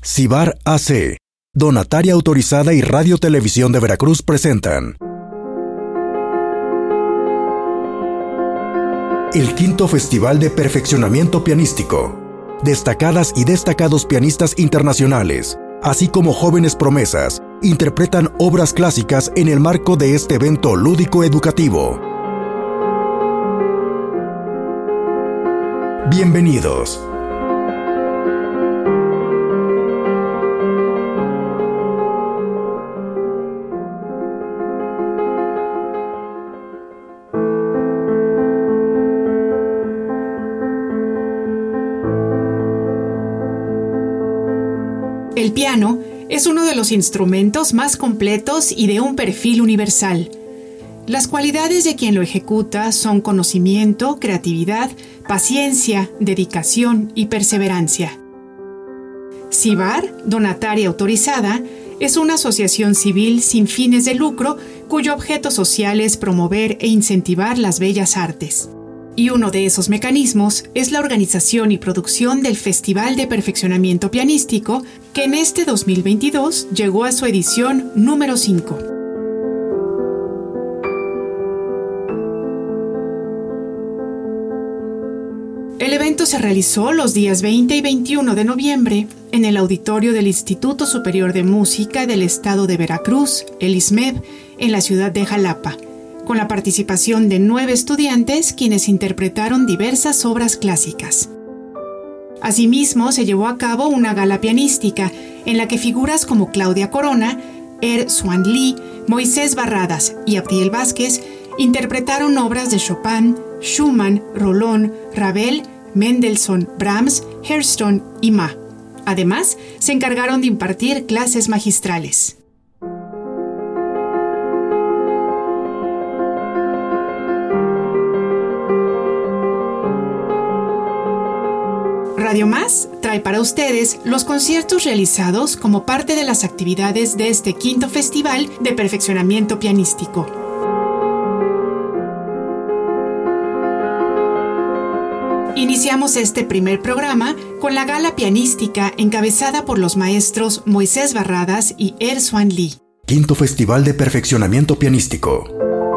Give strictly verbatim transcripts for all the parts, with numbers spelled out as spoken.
Cibar A C, Donataria Autorizada y Radio Televisión de Veracruz presentan el quinto Festival de Perfeccionamiento Pianístico. Destacadas y destacados pianistas internacionales, así como jóvenes promesas, interpretan obras clásicas en el marco de este evento lúdico-educativo. Bienvenidos. El piano es uno de los instrumentos más completos y de un perfil universal. Las cualidades de quien lo ejecuta son conocimiento, creatividad, paciencia, dedicación y perseverancia. Cibar, Donataria Autorizada, es una asociación civil sin fines de lucro cuyo objeto social es promover e incentivar las bellas artes. Y uno de esos mecanismos es la organización y producción del Festival de Perfeccionamiento Pianístico, que en este dos mil veintidós llegó a su edición número cinco. El evento se realizó los días veinte y veintiuno de noviembre en el auditorio del Instituto Superior de Música del Estado de Veracruz, el ISMEV, en la ciudad de Jalapa, con la participación de nueve estudiantes quienes interpretaron diversas obras clásicas. Asimismo, se llevó a cabo una gala pianística en la que figuras como Claudia Corona, Er Xuan Lee, Moisés Barradas y Abdiel Vázquez interpretaron obras de Chopin, Schumann, Rolón, Ravel, Mendelssohn, Brahms, Hairston y Ma. Además, se encargaron de impartir clases magistrales. Radio Más trae para ustedes los conciertos realizados como parte de las actividades de este quinto Festival de Perfeccionamiento Pianístico. Iniciamos este primer programa con la gala pianística encabezada por los maestros Moisés Barradas y Er Xuan Lee. Quinto Festival de Perfeccionamiento Pianístico.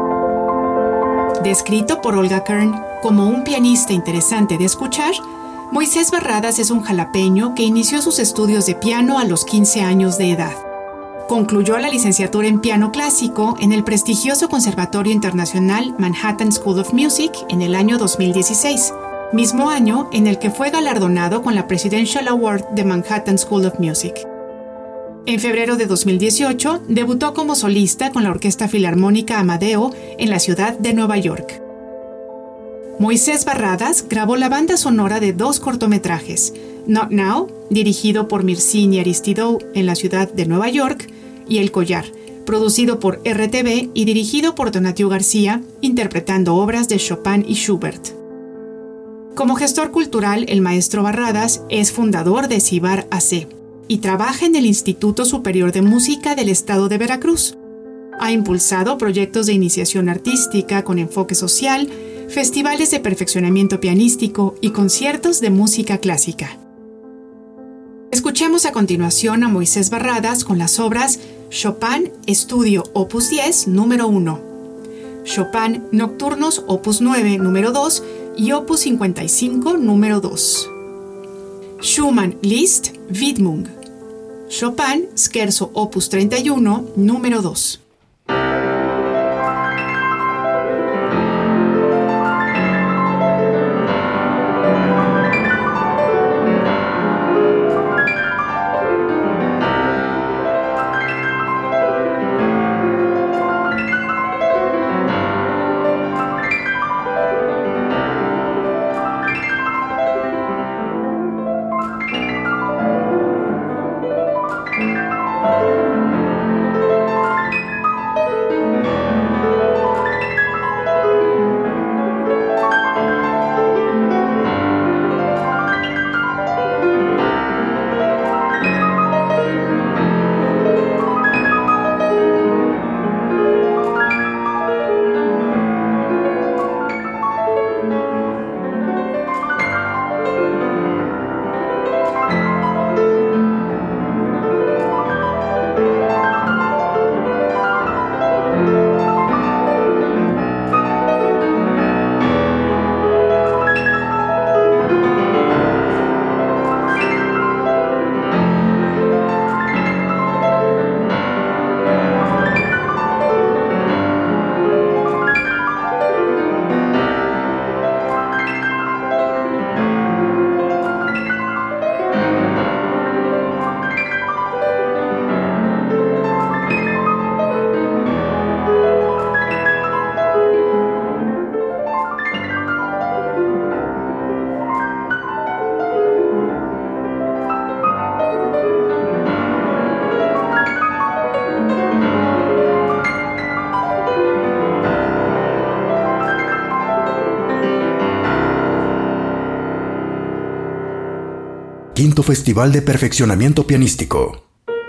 Descrito por Olga Kern como un pianista interesante de escuchar, Moisés Barradas es un jalapeño que inició sus estudios de piano a los quince años de edad. Concluyó la licenciatura en piano clásico en el prestigioso Conservatorio Internacional Manhattan School of Music en el año dos mil dieciséis, mismo año en el que fue galardonado con la Presidential Award de Manhattan School of Music. En febrero de dos mil dieciocho, debutó como solista con la Orquesta Filarmónica Amadeo en la ciudad de Nueva York. Moisés Barradas grabó la banda sonora de dos cortometrajes, Not Now, dirigido por Mircini Aristidou en la ciudad de Nueva York, y El Collar, producido por R T V y dirigido por Donatiu García, interpretando obras de Chopin y Schubert. Como gestor cultural, el maestro Barradas es fundador de Cibar A C y trabaja en el Instituto Superior de Música del Estado de Veracruz. Ha impulsado proyectos de iniciación artística con enfoque social, festivales de perfeccionamiento pianístico y conciertos de música clásica. Escuchemos a continuación a Moisés Barradas con las obras Chopin Estudio Opus diez, número uno, Chopin Nocturnos Opus nueve, número dos y Opus cincuenta y cinco, número dos. Schumann Liszt Widmung. Chopin Scherzo Opus treinta y uno, número dos. Quinto Festival de Perfeccionamiento Pianístico.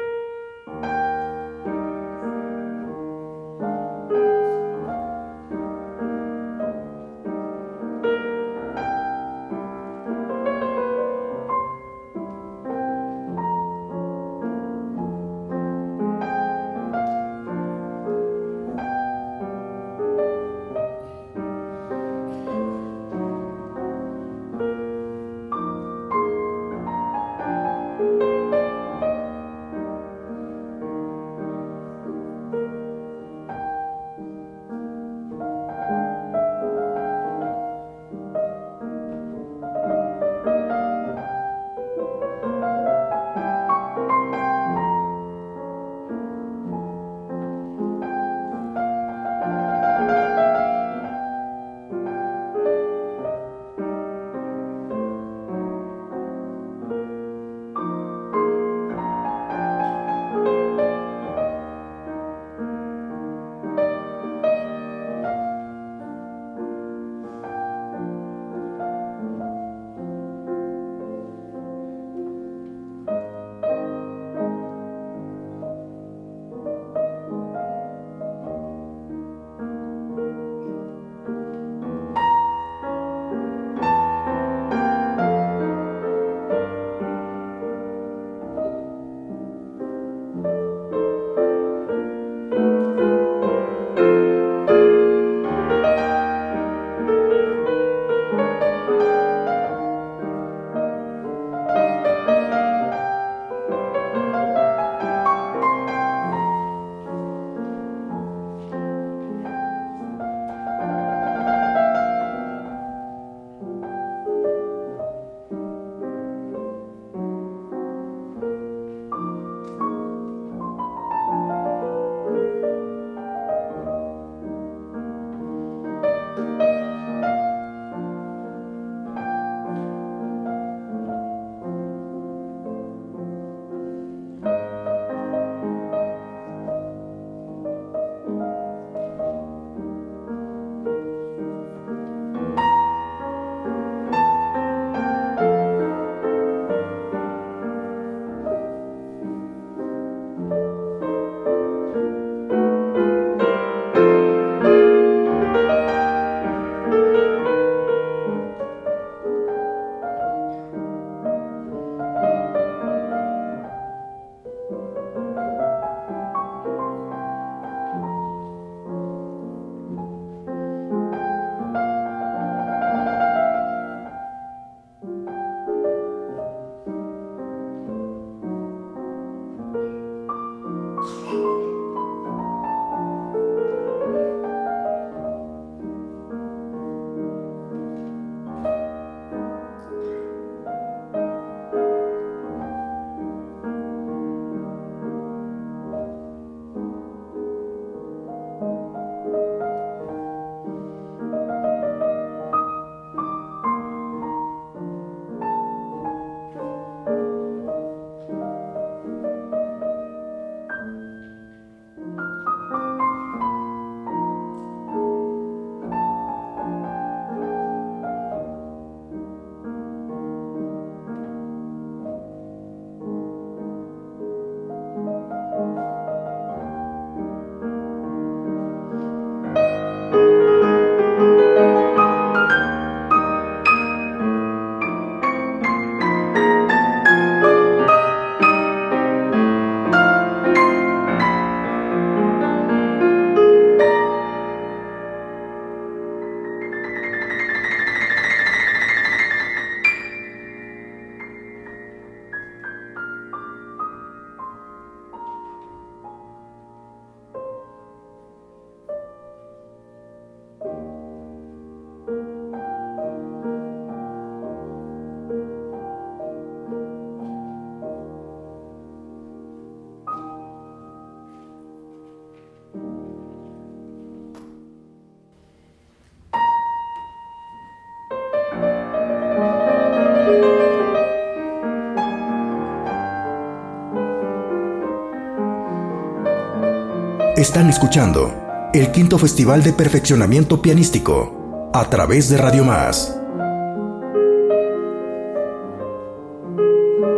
Están escuchando el Quinto Festival de Perfeccionamiento Pianístico a través de Radio Más.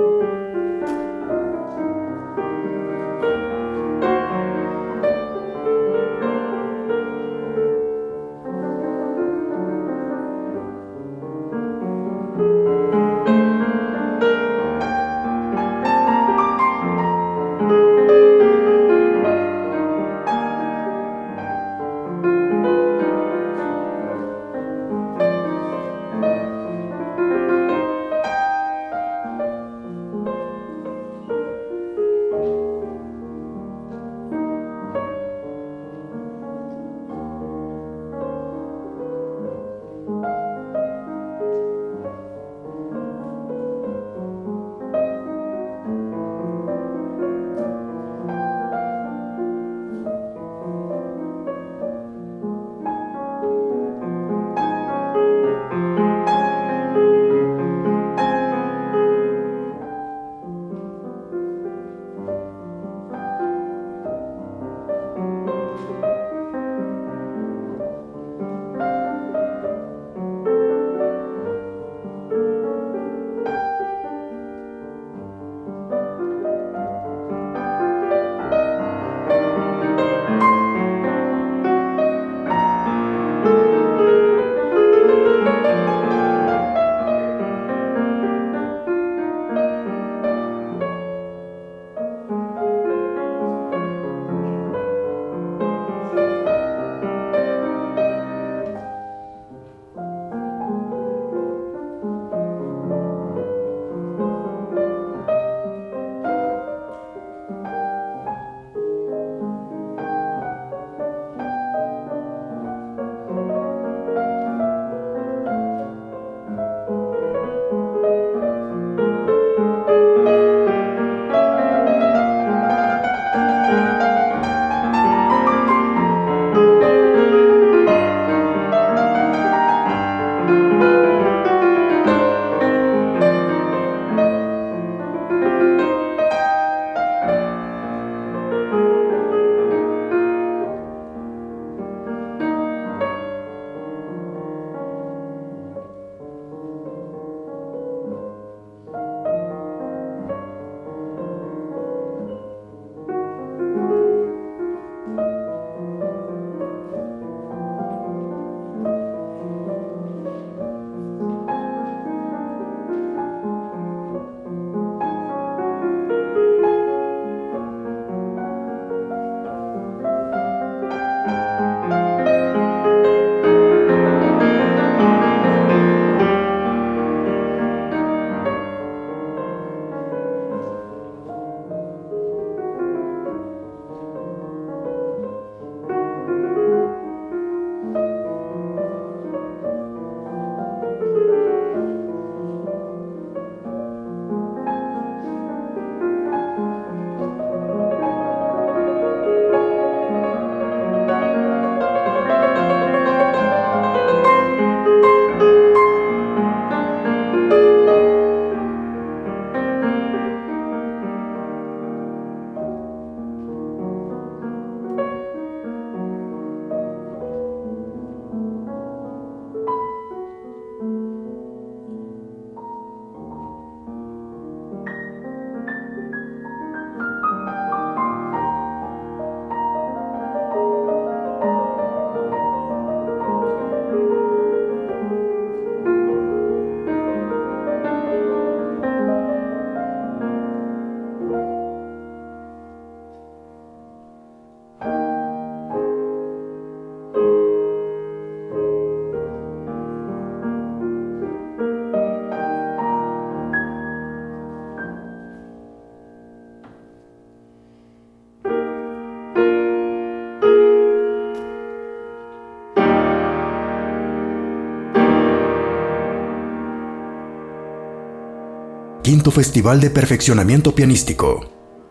Quinto Festival de Perfeccionamiento Pianístico.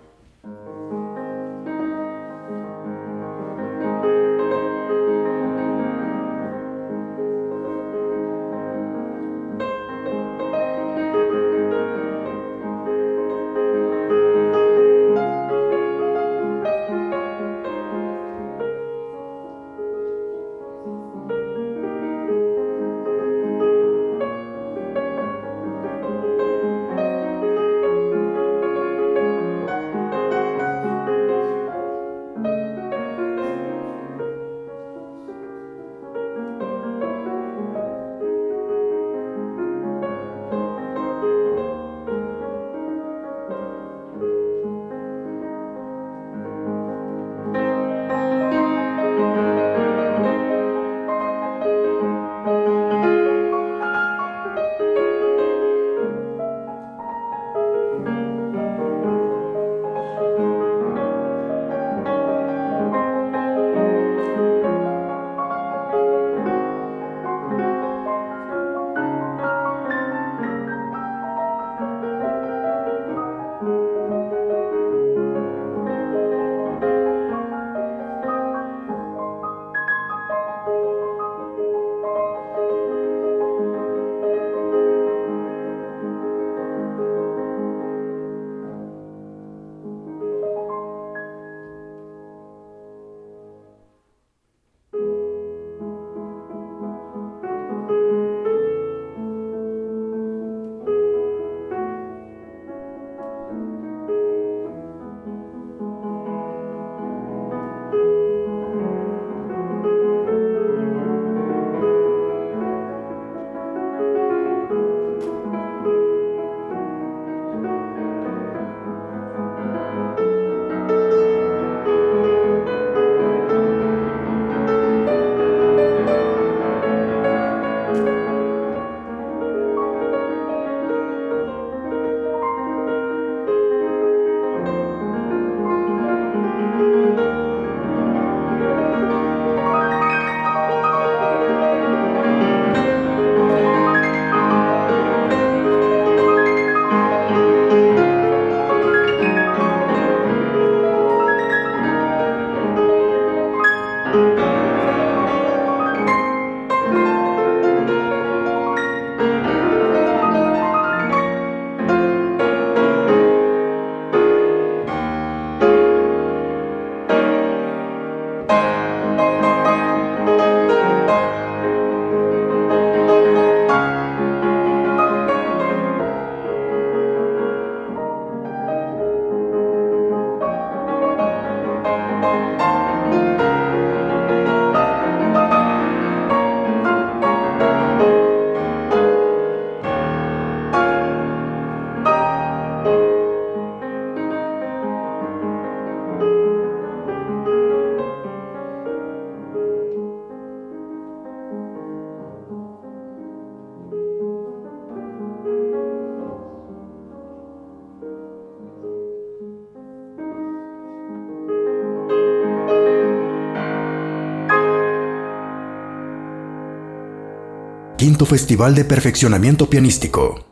Quinto Festival de Perfeccionamiento Pianístico.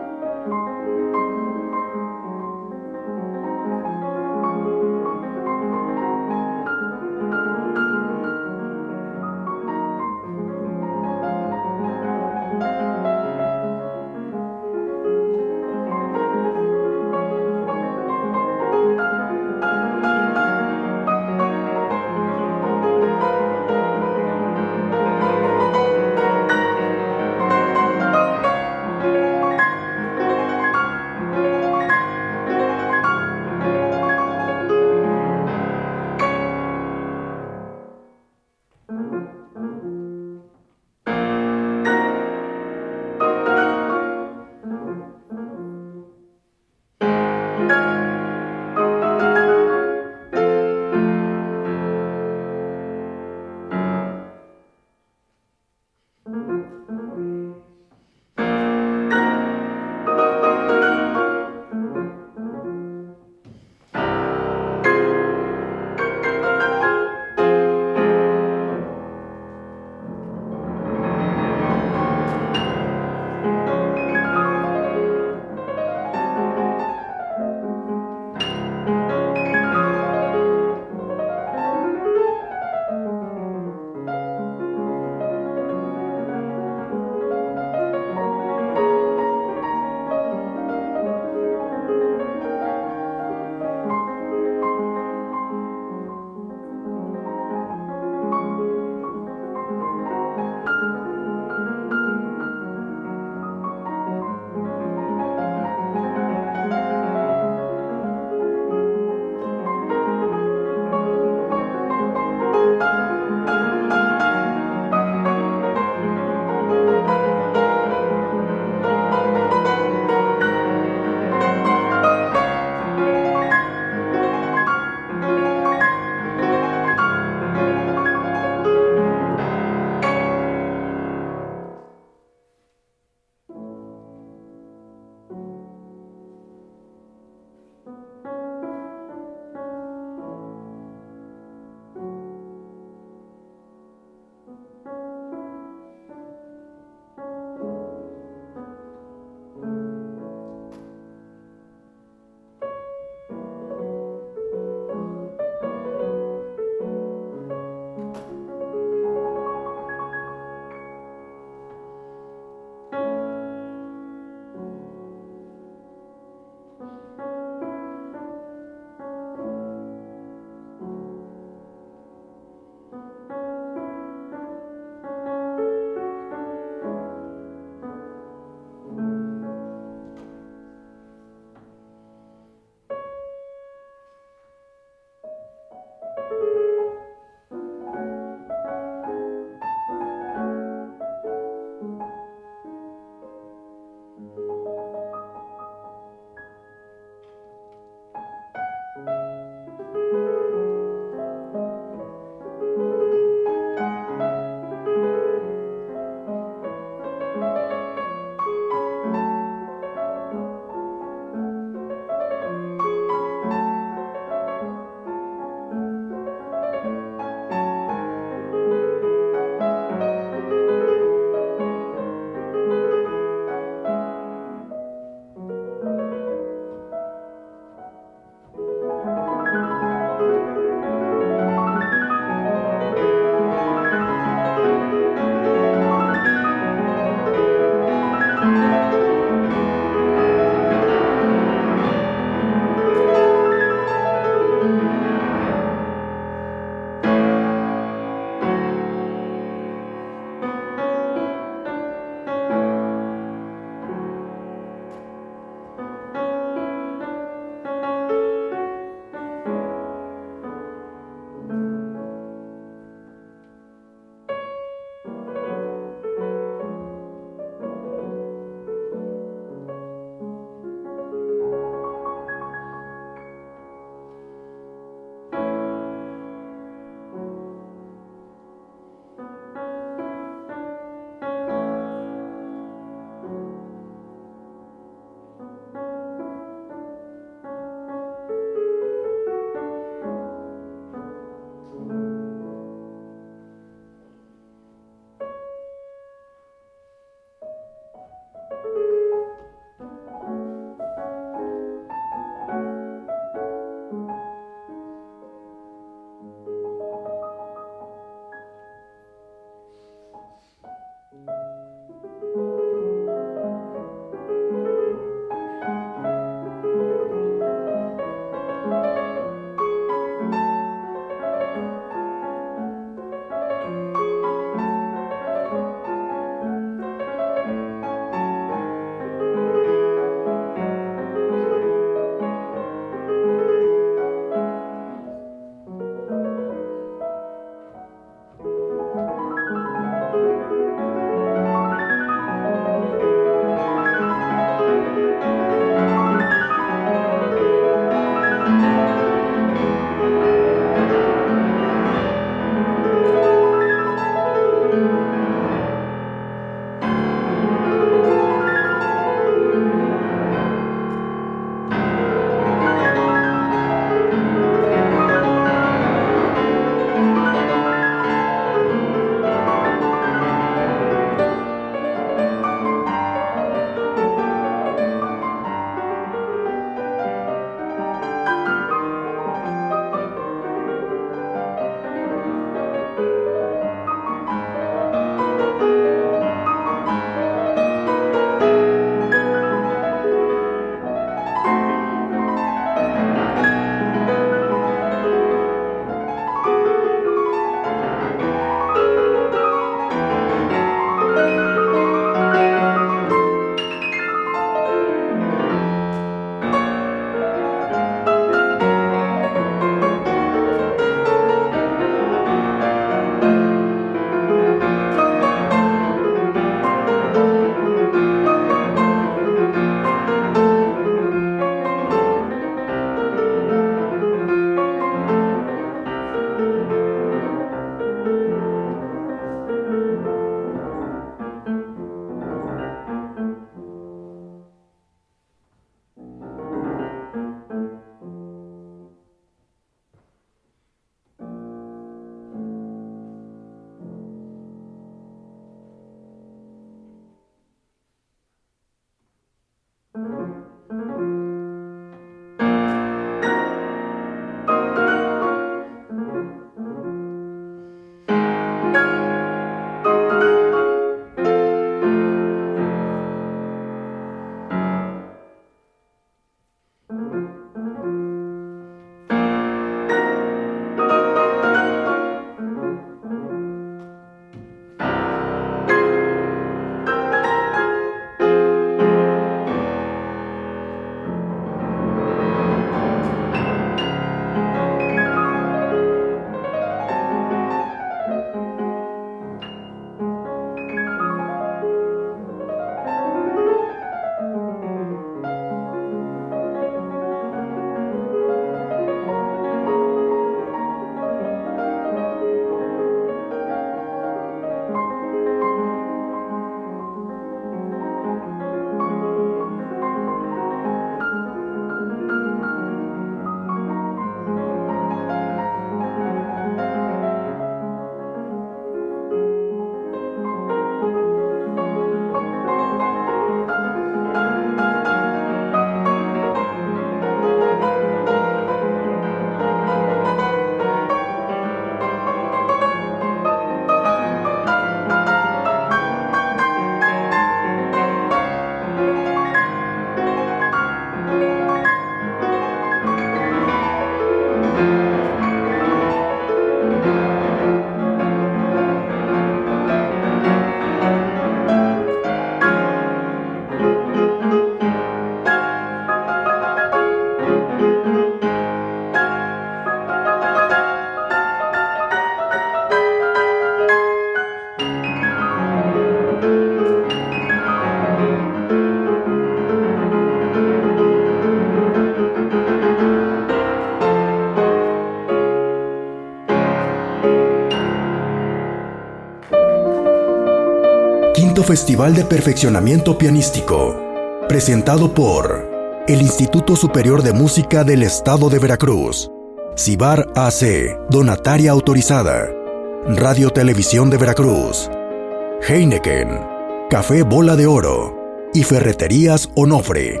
Festival de Perfeccionamiento Pianístico, presentado por el Instituto Superior de Música del Estado de Veracruz, CIBAR A C, donataria autorizada, Radio Televisión de Veracruz, Heineken, Café Bola de Oro y Ferreterías Onofre.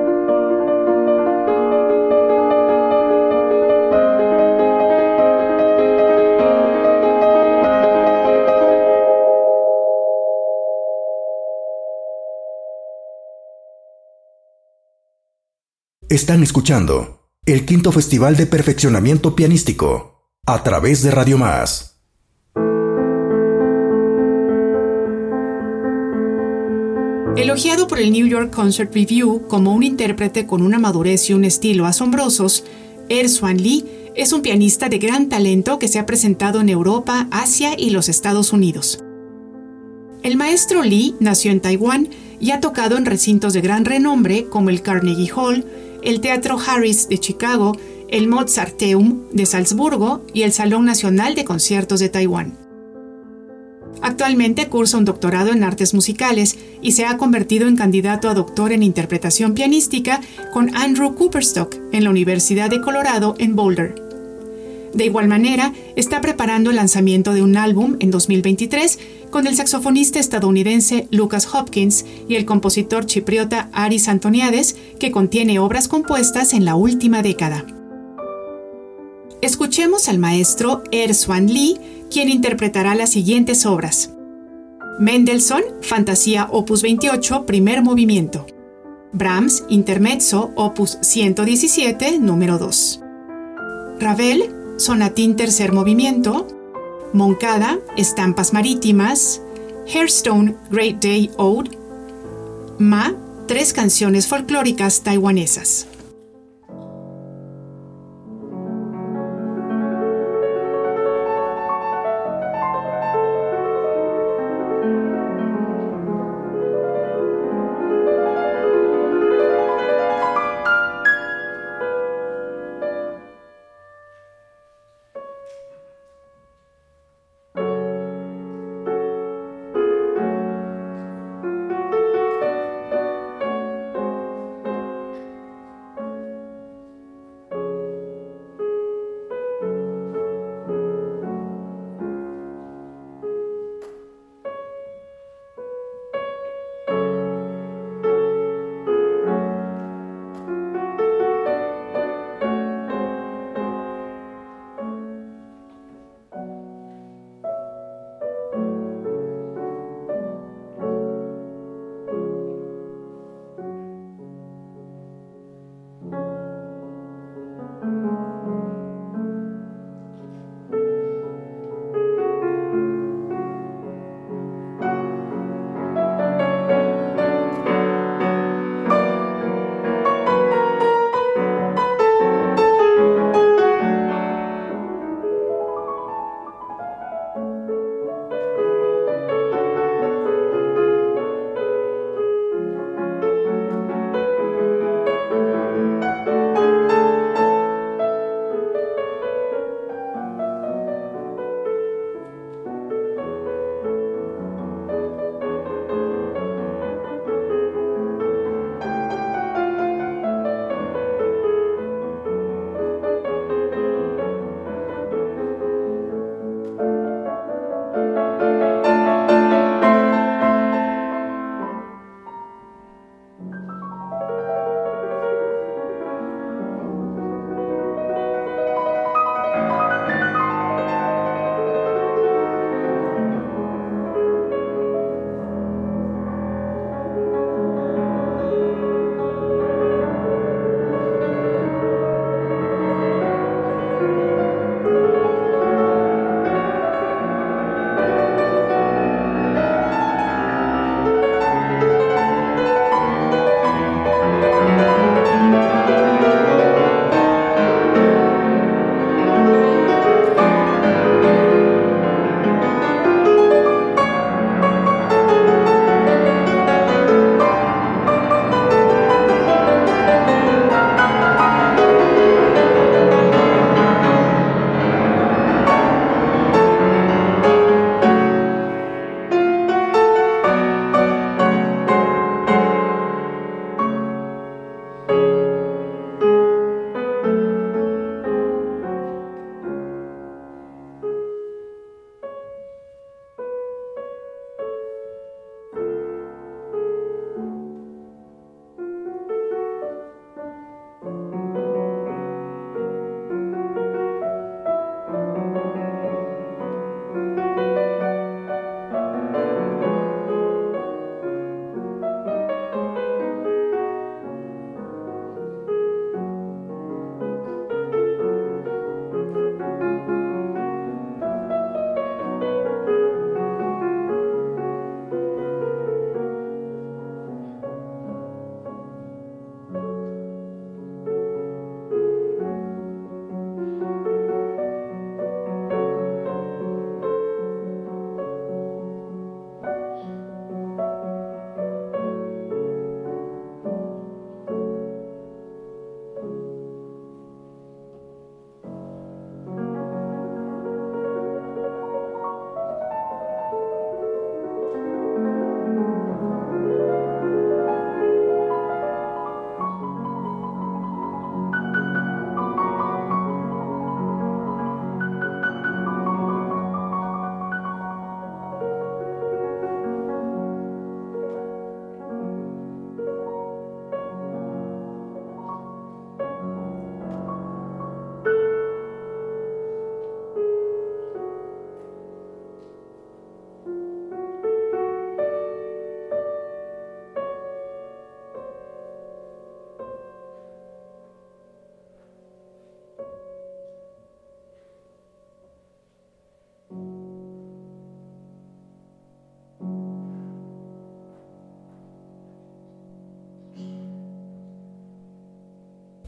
Están escuchando el quinto Festival de Perfeccionamiento Pianístico a través de Radio Más. Elogiado por el New York Concert Review como un intérprete con una madurez y un estilo asombrosos, Er-Swan Lee es un pianista de gran talento que se ha presentado en Europa, Asia y los Estados Unidos. El maestro Lee nació en Taiwán y ha tocado en recintos de gran renombre como el Carnegie Hall, el Teatro Harris de Chicago, el Mozarteum de Salzburgo y el Salón Nacional de Conciertos de Taiwán. Actualmente cursa un doctorado en artes musicales y se ha convertido en candidato a doctor en interpretación pianística con Andrew Cooperstock en la Universidad de Colorado en Boulder. De igual manera, está preparando el lanzamiento de un álbum en dos mil veintitrés con el saxofonista estadounidense Lucas Hopkins y el compositor chipriota Aris Antoniades, que contiene obras compuestas en la última década. Escuchemos al maestro Er-Swan Lee, quien interpretará las siguientes obras: Mendelssohn, Fantasía Opus veintiocho, primer movimiento; Brahms, Intermezzo, Opus ciento diecisiete, número dos; Ravel, Sonatín, tercer movimiento; Moncada, Estampas Marítimas; Hairstone, Great Day Ode; Ma, tres canciones folclóricas taiwanesas.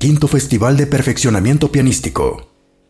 Quinto Festival de Perfeccionamiento Pianístico.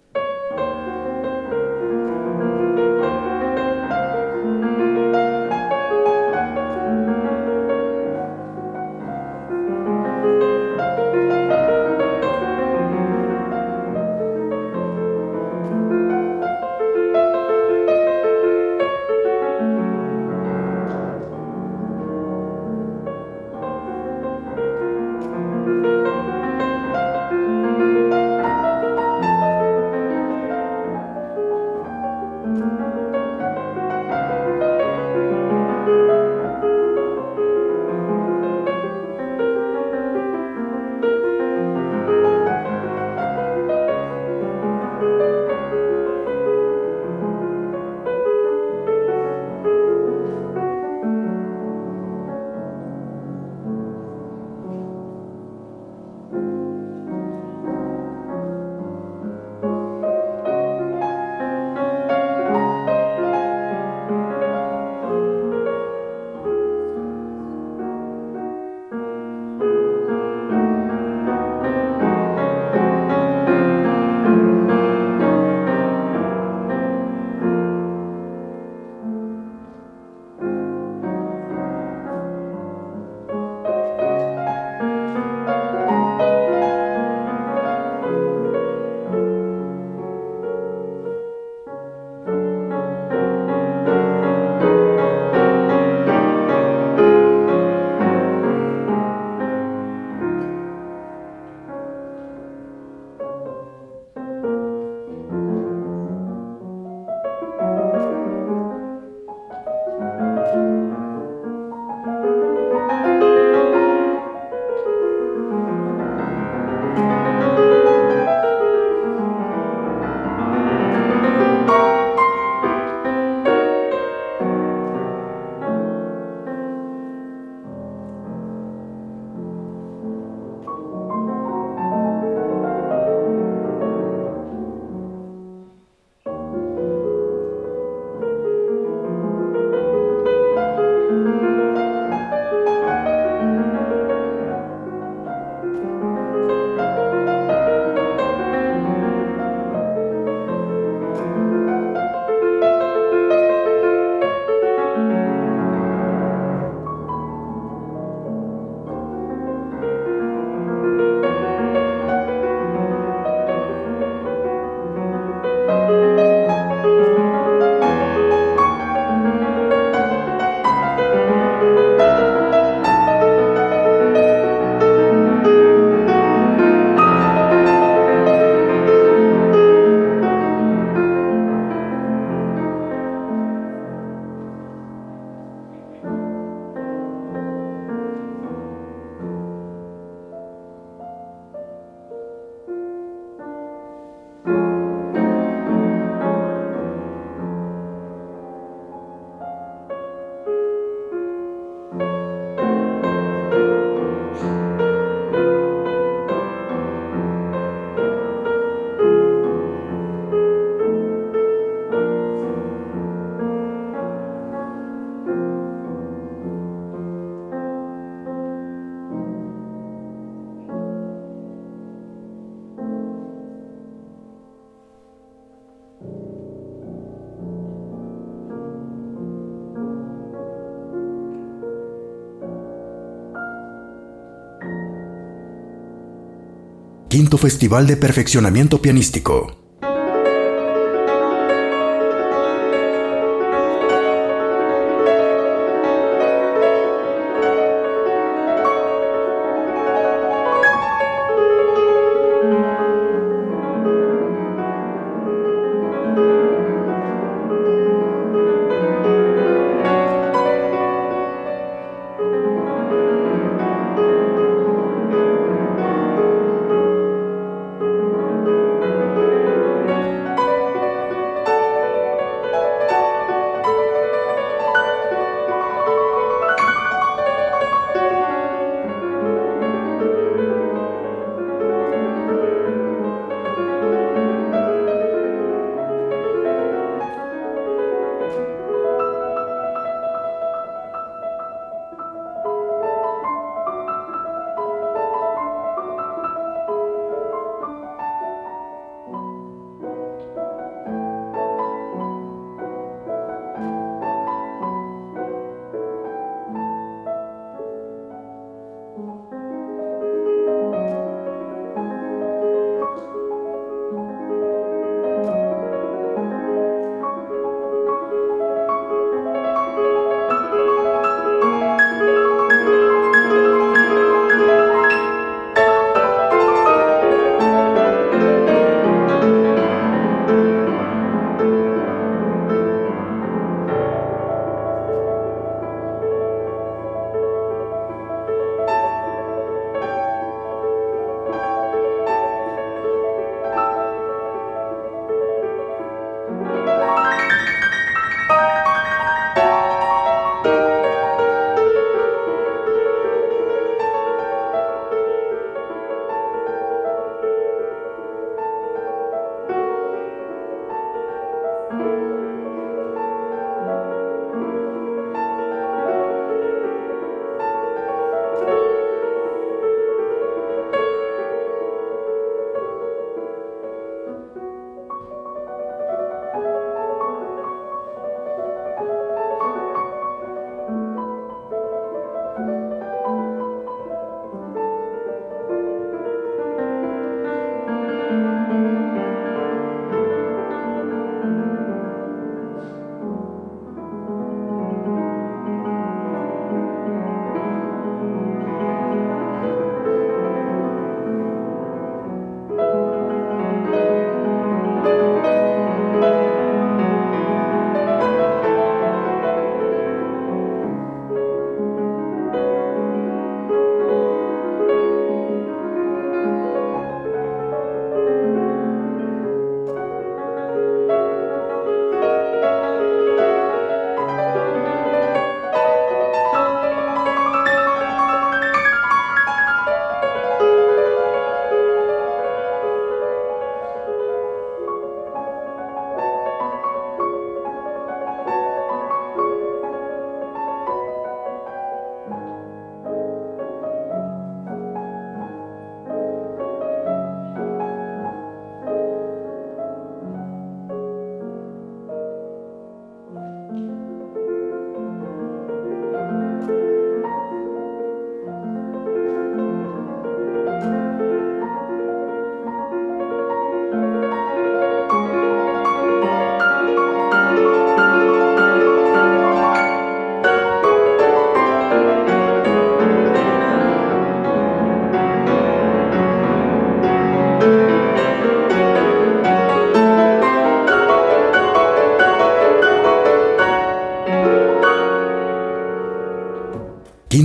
Quinto Festival de Perfeccionamiento Pianístico.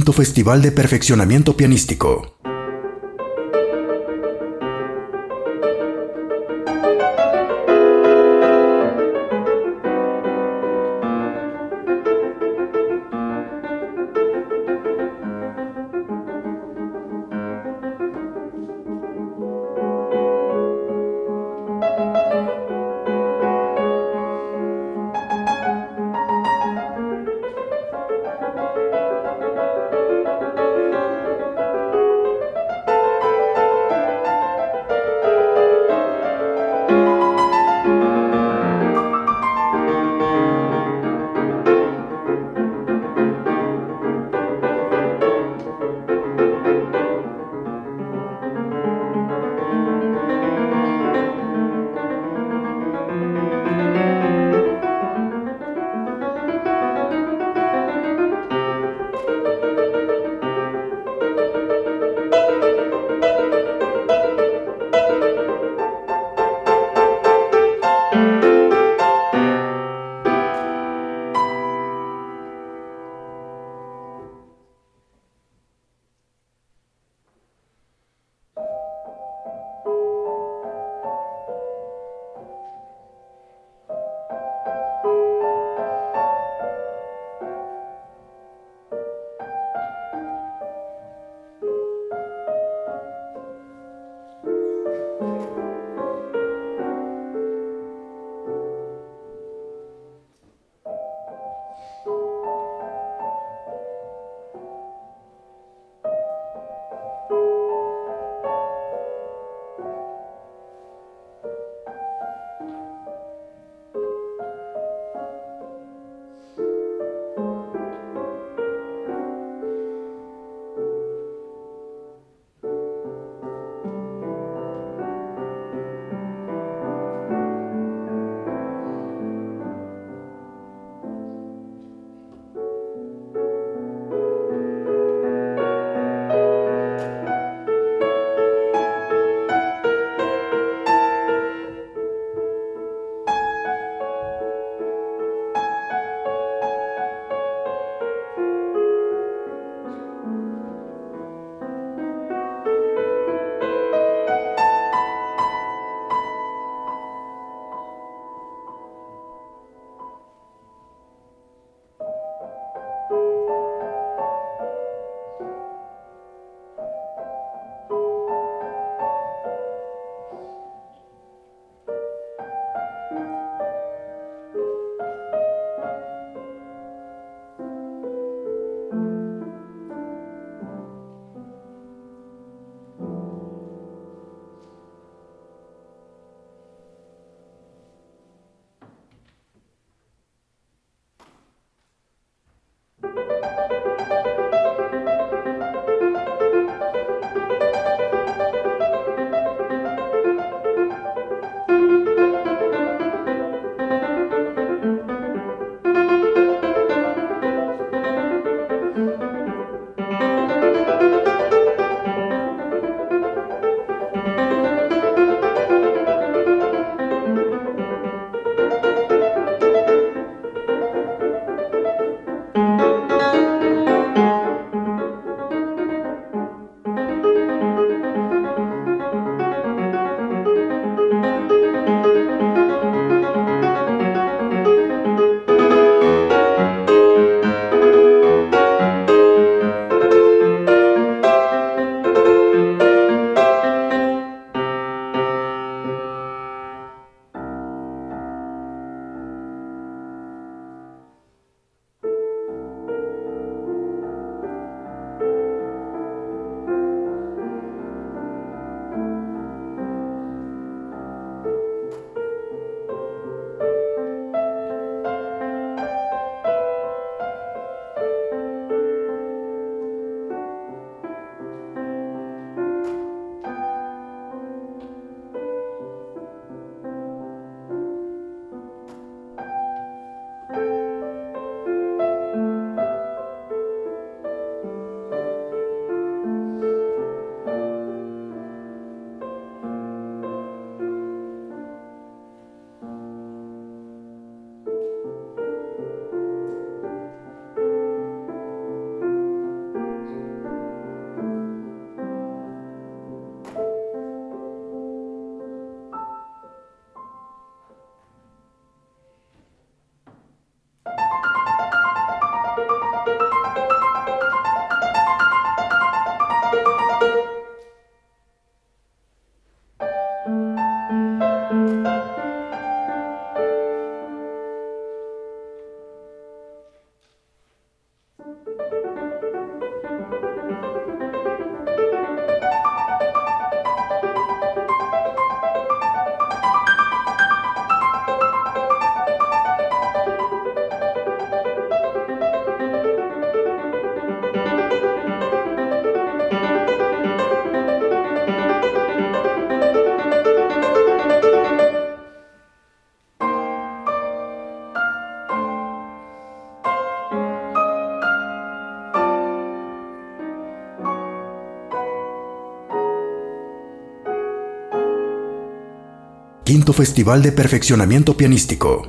Cuarto Festival de Perfeccionamiento Pianístico. Quinto Festival de Perfeccionamiento Pianístico.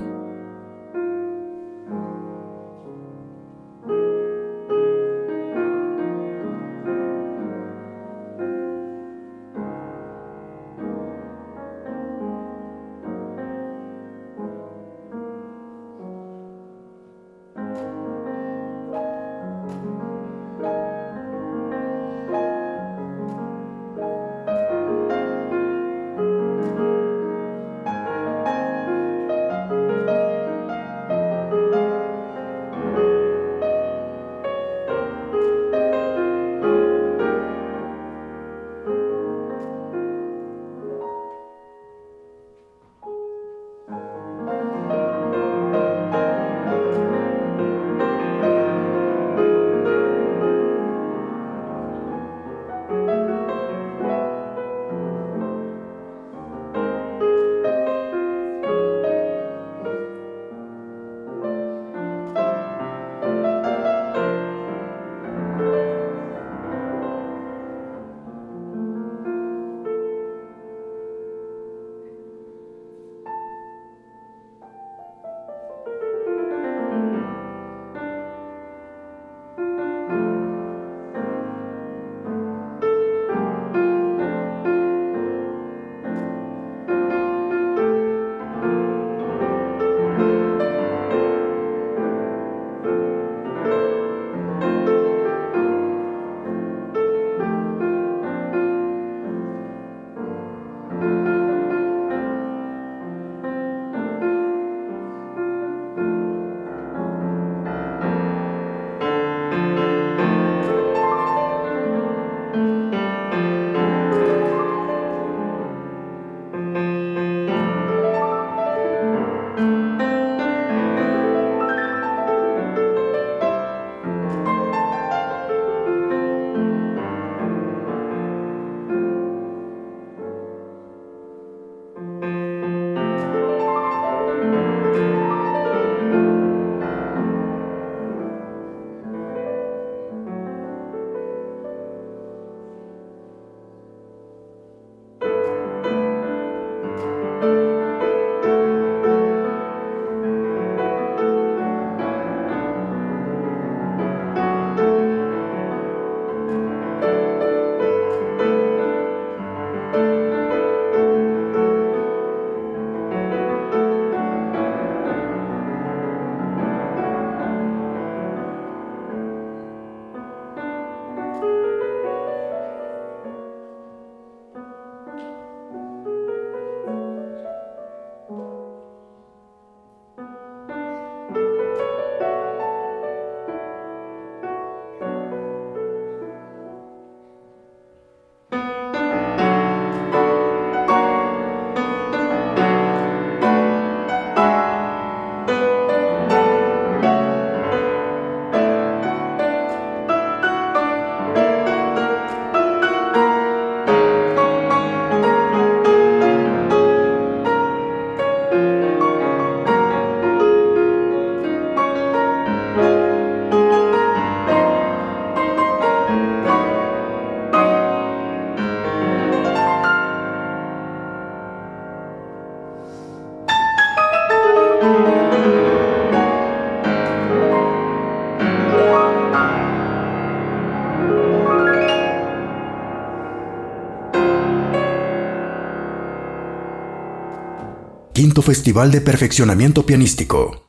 Quinto Festival de Perfeccionamiento Pianístico.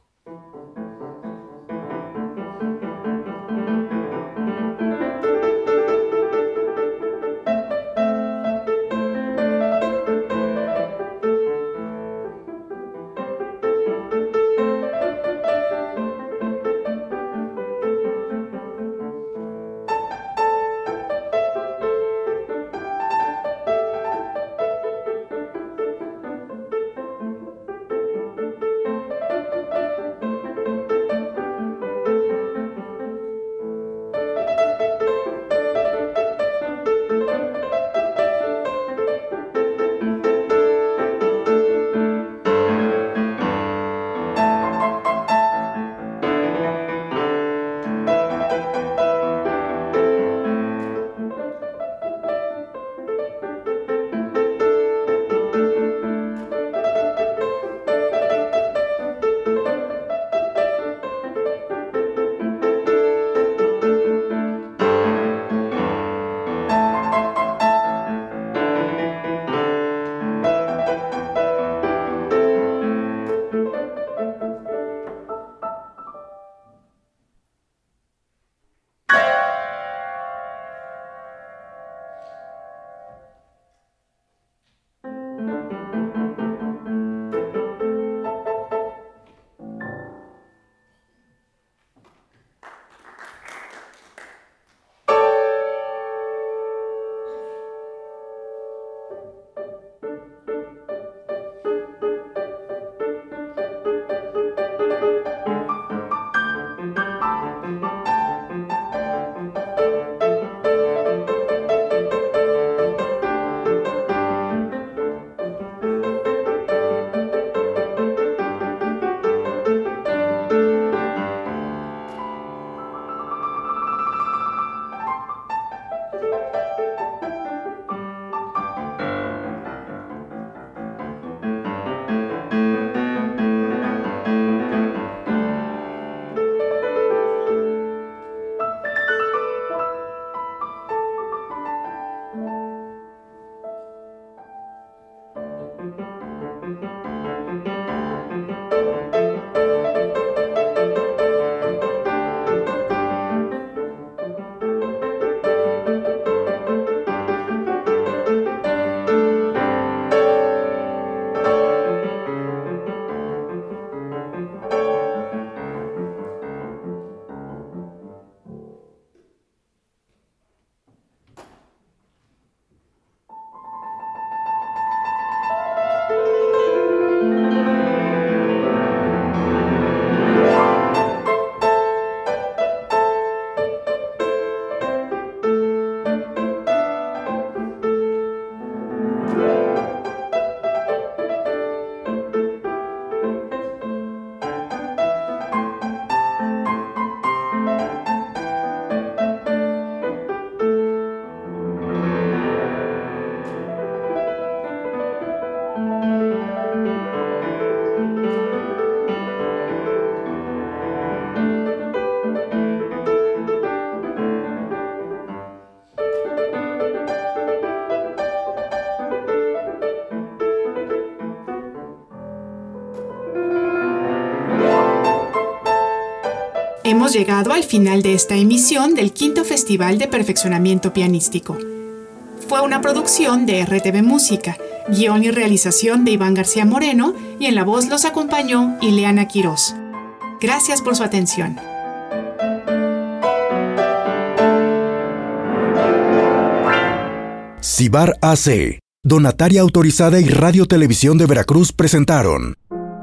Hemos llegado al final de esta emisión del quinto Festival de Perfeccionamiento Pianístico. Fue una producción de R T V Música, guión y realización de Iván García Moreno, y en la voz los acompañó Ileana Quirós. Gracias por su atención. Cibar A C, Donataria Autorizada y Radio Televisión de Veracruz presentaron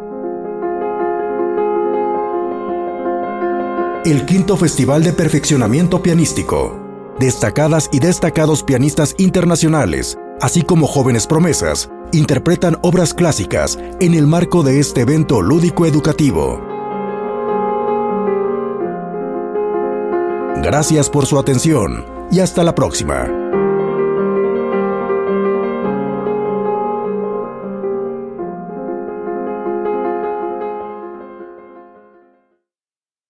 el quinto Festival de Perfeccionamiento Pianístico. Destacadas y destacados pianistas internacionales, así como jóvenes promesas, interpretan obras clásicas en el marco de este evento lúdico-educativo. Gracias por su atención y hasta la próxima.